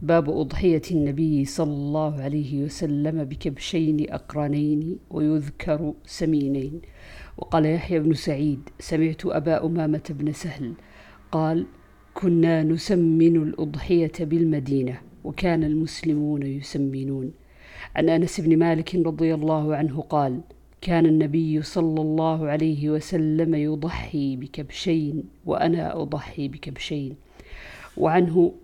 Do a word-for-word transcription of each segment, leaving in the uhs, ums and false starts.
باب أضحية النبي صلى الله عليه وسلم بكبشين أقرنين ويذكر سمينين. وقال يحيى بن سعيد: سمعت أبا أمامة بن سهل قال: كنا نسمن الأضحية بالمدينة وكان المسلمون يسمنون. عن أنس بن مالك رضي الله عنه قال: كان النبي صلى الله عليه وسلم يضحي بكبشين وأنا أضحي بكبشين. وعنه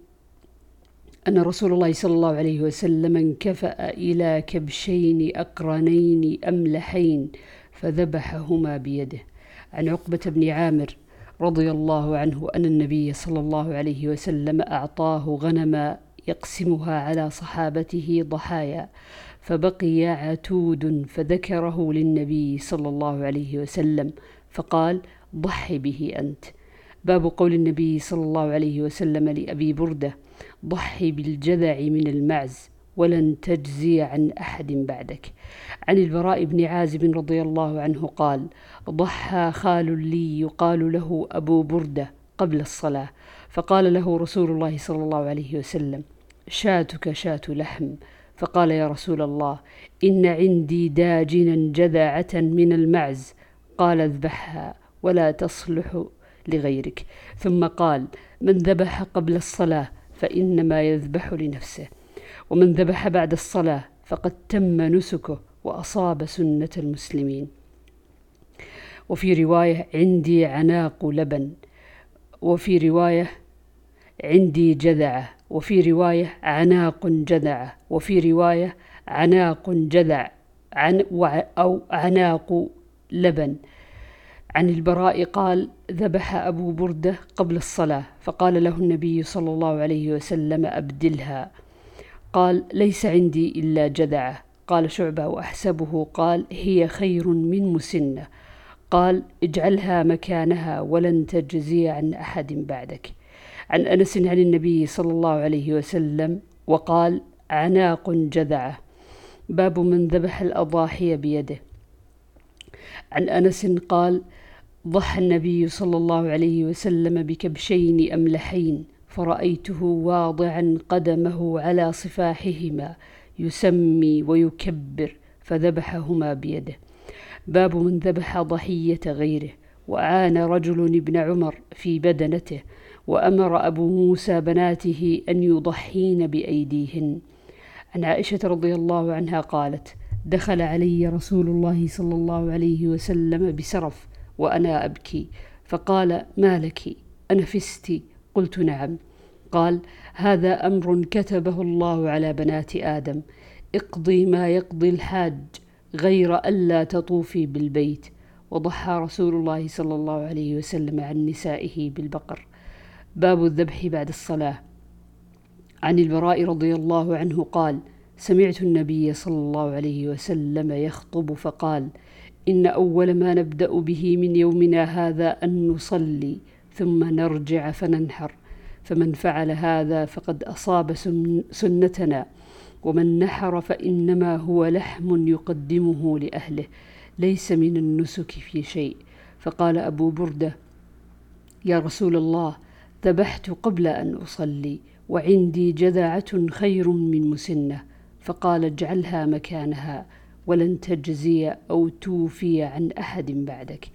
أن رسول الله صلى الله عليه وسلم انكفأ إلى كبشين أقرنين أملحين فذبحهما بيده. عن عقبة بن عامر رضي الله عنه أن النبي صلى الله عليه وسلم أعطاه غنما يقسمها على صحابته ضحايا، فبقي عتود فذكره للنبي صلى الله عليه وسلم فقال: ضحي به أنت. باب قول النبي صلى الله عليه وسلم لأبي بردة: ضحي بالجذع من المعز ولن تجزي عن أحد بعدك. عن البراء بن عازب رضي الله عنه قال: ضحى خال لي يقال له أبو بردة قبل الصلاة، فقال له رسول الله صلى الله عليه وسلم: شاتك شات لحم. فقال: يا رسول الله، إن عندي داجنا جذعة من المعز. قال: اذبحها ولا تصلح لغيرك. ثم قال: من ذبح قبل الصلاة فإنما يذبح لنفسه، ومن ذبح بعد الصلاة فقد تم نسكه وأصاب سنة المسلمين. وفي رواية: عندي عناق لبن، وفي رواية: عندي جذعة، وفي رواية: عناق جذعة، وفي رواية: عناق جذع عن أو عناق لبن. عن البراء قال: ذبح أبو بردة قبل الصلاة، فقال له النبي صلى الله عليه وسلم: أبدلها. قال: ليس عندي إلا جذعة. قال شعبة وأحسبه قال: هي خير من مسنة. قال: اجعلها مكانها ولن تجزي عن أحد بعدك. عن أنس عن النبي صلى الله عليه وسلم وقال: عناق جذعة. باب من ذبح الأضاحي بيده. عن أنس قال: ضحى النبي صلى الله عليه وسلم بكبشين أملحين، فرأيته واضعا قدمه على صفاحهما يسمي ويكبر، فذبحهما بيده. باب من ذبح ضحية غيره. وعان رجل ابن عمر في بدنته، وأمر أبو موسى بناته أن يضحين بأيديهن. عن عائشة رضي الله عنها قالت: دخل علي رسول الله صلى الله عليه وسلم بسرف وأنا أبكي، فقال: ما لك؟ أنفست؟ قلت: نعم. قال: هذا أمر كتبه الله على بنات آدم، اقضي ما يقضي الحاج غير ألا تطوفي بالبيت. وضحى رسول الله صلى الله عليه وسلم عن نسائه بالبقر. باب الذبح بعد الصلاة. عن البراء رضي الله عنه قال: سمعت النبي صلى الله عليه وسلم يخطب فقال: إن أول ما نبدأ به من يومنا هذا أن نصلي ثم نرجع فننحر، فمن فعل هذا فقد أصاب سنتنا، ومن نحر فإنما هو لحم يقدمه لأهله، ليس من النسك في شيء. فقال أبو بردة: يا رسول الله، ذبحت قبل أن أصلي وعندي جذعة خير من مسنة. فقال: اجعلها مكانها ولن تجزي أو توفي عن أحد بعدك.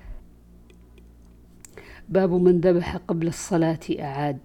باب من ذبح قبل الصلاة أعاد.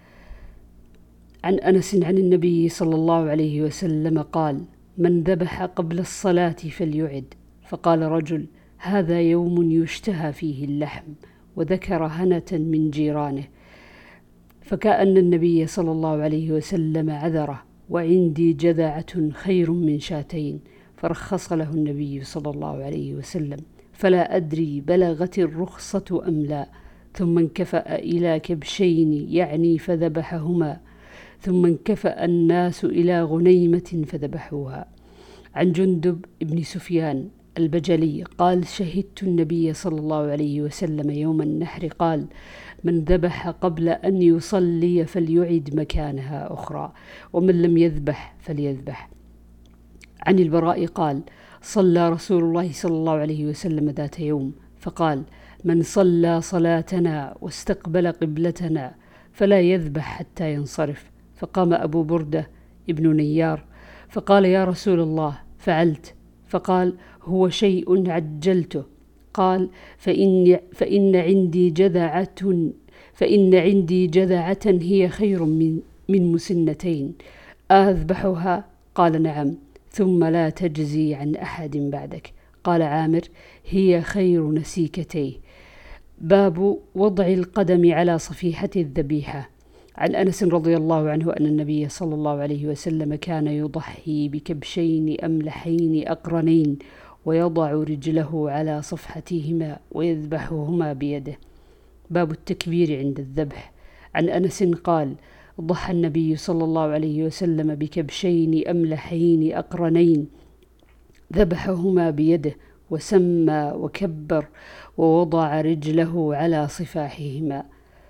عن أنس عن النبي صلى الله عليه وسلم قال: من ذبح قبل الصلاة فليعد. فقال رجل: هذا يوم يشتهى فيه اللحم، وذكر هنة من جيرانه، فكأن النبي صلى الله عليه وسلم عذره: وعندي جذعة خير من شاتين. فرخص له النبي صلى الله عليه وسلم، فلا أدري بلغت الرخصة أم لا. ثم انكفأ إلى كبشين يعني فذبحهما، ثم انكفأ الناس إلى غنيمة فذبحوها. عن جندب بن سفيان البجلي قال: شهدت النبي صلى الله عليه وسلم يوم النحر قال: من ذبح قبل أن يصلي فليعد مكانها أخرى، ومن لم يذبح فليذبح. عن البراء قال: صلى رسول الله صلى الله عليه وسلم ذات يوم فقال: من صلى صلاتنا واستقبل قبلتنا فلا يذبح حتى ينصرف، فقام أبو بردة ابن نيار فقال: يا رسول الله، فعلت. فقال: هو شيء عجلته. قال: فإن, فإن عندي جذعة فإن عندي جذعة هي خير من, من مسنتين، أذبحها؟ قال: نعم. ثم لا تجزي عن أحد بعدك. قال عامر: هي خير نسيكتيه. باب وضع القدم على صفيحة الذبيحة. عن أنس رضي الله عنه أن النبي صلى الله عليه وسلم كان يضحي بكبشين أملحين أقرنين، ويضع رجله على صفحتهما ويذبحهما بيده. باب التكبير عند الذبح. عن أنس قال: ضحى النبي صلى الله عليه وسلم بكبشين أملحين أقرنين، ذبحهما بيده وسمى وكبر ووضع رجله على صفاحهما.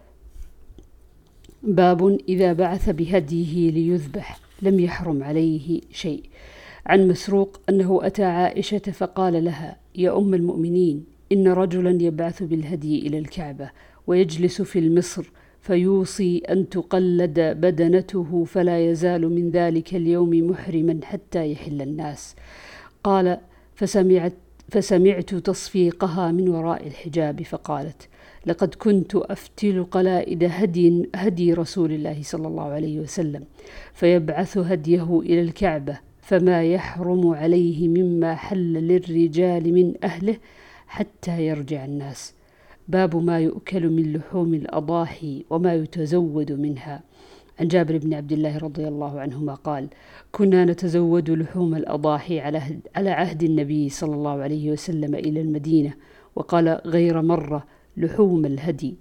باب إذا بعث بهديه ليذبح لم يحرم عليه شيء. عن مسروق أنه أتى عائشة فقال لها: يا أم المؤمنين، إن رجلا يبعث بالهدي إلى الكعبة ويجلس في المصر فيوصي أن تقلد بدنته فلا يزال من ذلك اليوم محرما حتى يحل الناس. قال: فسمعت, فسمعت تصفيقها من وراء الحجاب فقالت: لقد كنت أفتل قلائد هدي, هدي رسول الله صلى الله عليه وسلم، فيبعث هديه إلى الكعبة فما يحرم عليه مما حل للرجال من أهله حتى يرجع الناس. باب ما يؤكل من لحوم الأضاحي وما يتزود منها. عن جابر بن عبد الله رضي الله عنهما قال: كنا نتزود لحوم الأضاحي على عهد النبي صلى الله عليه وسلم إلى المدينة، وقال غير مرة لحوم الهدي.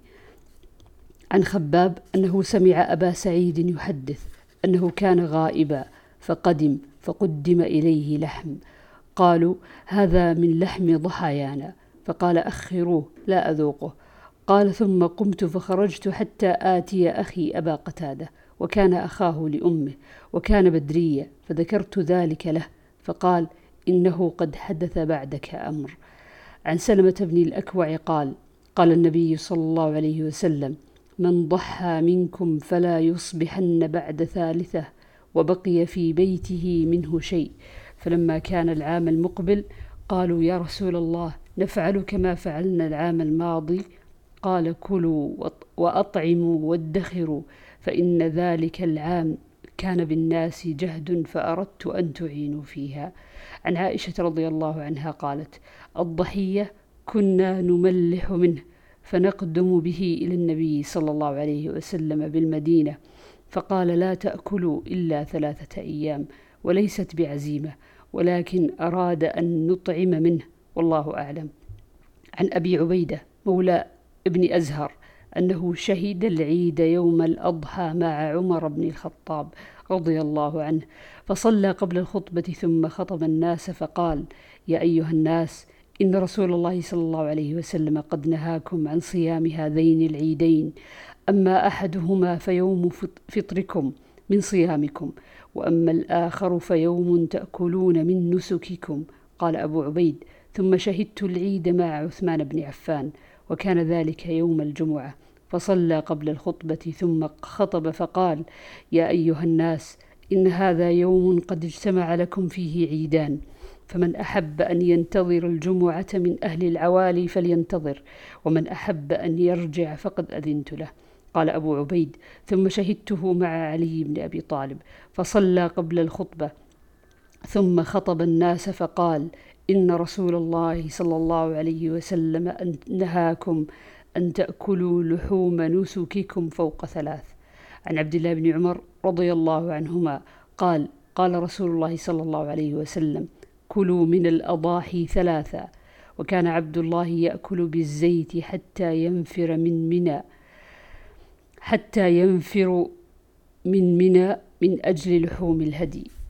عن خباب أنه سمع أبا سعيد يحدث أنه كان غائبا فقدم فقدم إليه لحم، قالوا: هذا من لحم ضحايانا، فقال: أخروه لا أذوقه. قال: ثم قمت فخرجت حتى آتي أخي أبا قتادة، وكان أخاه لأمه، وكان بدريا، فذكرت ذلك له، فقال: إنه قد حدث بعدك أمر. عن سلمة بن الأكوع قال: قال النبي صلى الله عليه وسلم: من ضحى منكم فلا يصبحن بعد ثالثة وبقي في بيته منه شيء. فلما كان العام المقبل قالوا: يا رسول الله، نفعل كما فعلنا العام الماضي؟ قال: كلوا وأطعموا وادخروا، فإن ذلك العام كان بالناس جهد فأردت أن تعينوا فيها. عن عائشة رضي الله عنها قالت: الضحية كنا نملح منه فنقدم به إلى النبي صلى الله عليه وسلم بالمدينة، فقال: لا تأكلوا إلا ثلاثة أيام، وليست بعزيمة، ولكن أراد أن نطعم منه، والله أعلم. عن أبي عبيدة مولى ابن أزهر أنه شهد العيد يوم الأضحى مع عمر بن الخطاب رضي الله عنه، فصلى قبل الخطبة ثم خطب الناس فقال: يا أيها الناس، إن رسول الله صلى الله عليه وسلم قد نهاكم عن صيام هذين العيدين، أما أحدهما فيوم فطركم من صيامكم، وأما الآخر فيوم تأكلون من نسككم. قال أبو عبيد: ثم شهدت العيد مع عثمان بن عفان، وكان ذلك يوم الجمعة، فصلى قبل الخطبة ثم خطب فقال: يا أيها الناس، إن هذا يوم قد اجتمع لكم فيه عيدان، فمن أحب أن ينتظر الجمعة من أهل العوالي فلينتظر، ومن أحب أن يرجع فقد أذنت له. قال أبو عبيد: ثم شهدته مع علي بن أبي طالب، فصلى قبل الخطبة ثم خطب الناس فقال: إن رسول الله صلى الله عليه وسلم أن نهاكم أن تأكلوا لحوم نسككم فوق ثلاث. عن عبد الله بن عمر رضي الله عنهما قال: قال رسول الله صلى الله عليه وسلم: كلوا من الأضاحي ثلاثة. وكان عبد الله يأكل بالزيت حتى ينفر من منى حتى ينفر من منى من أجل لحوم الهدي.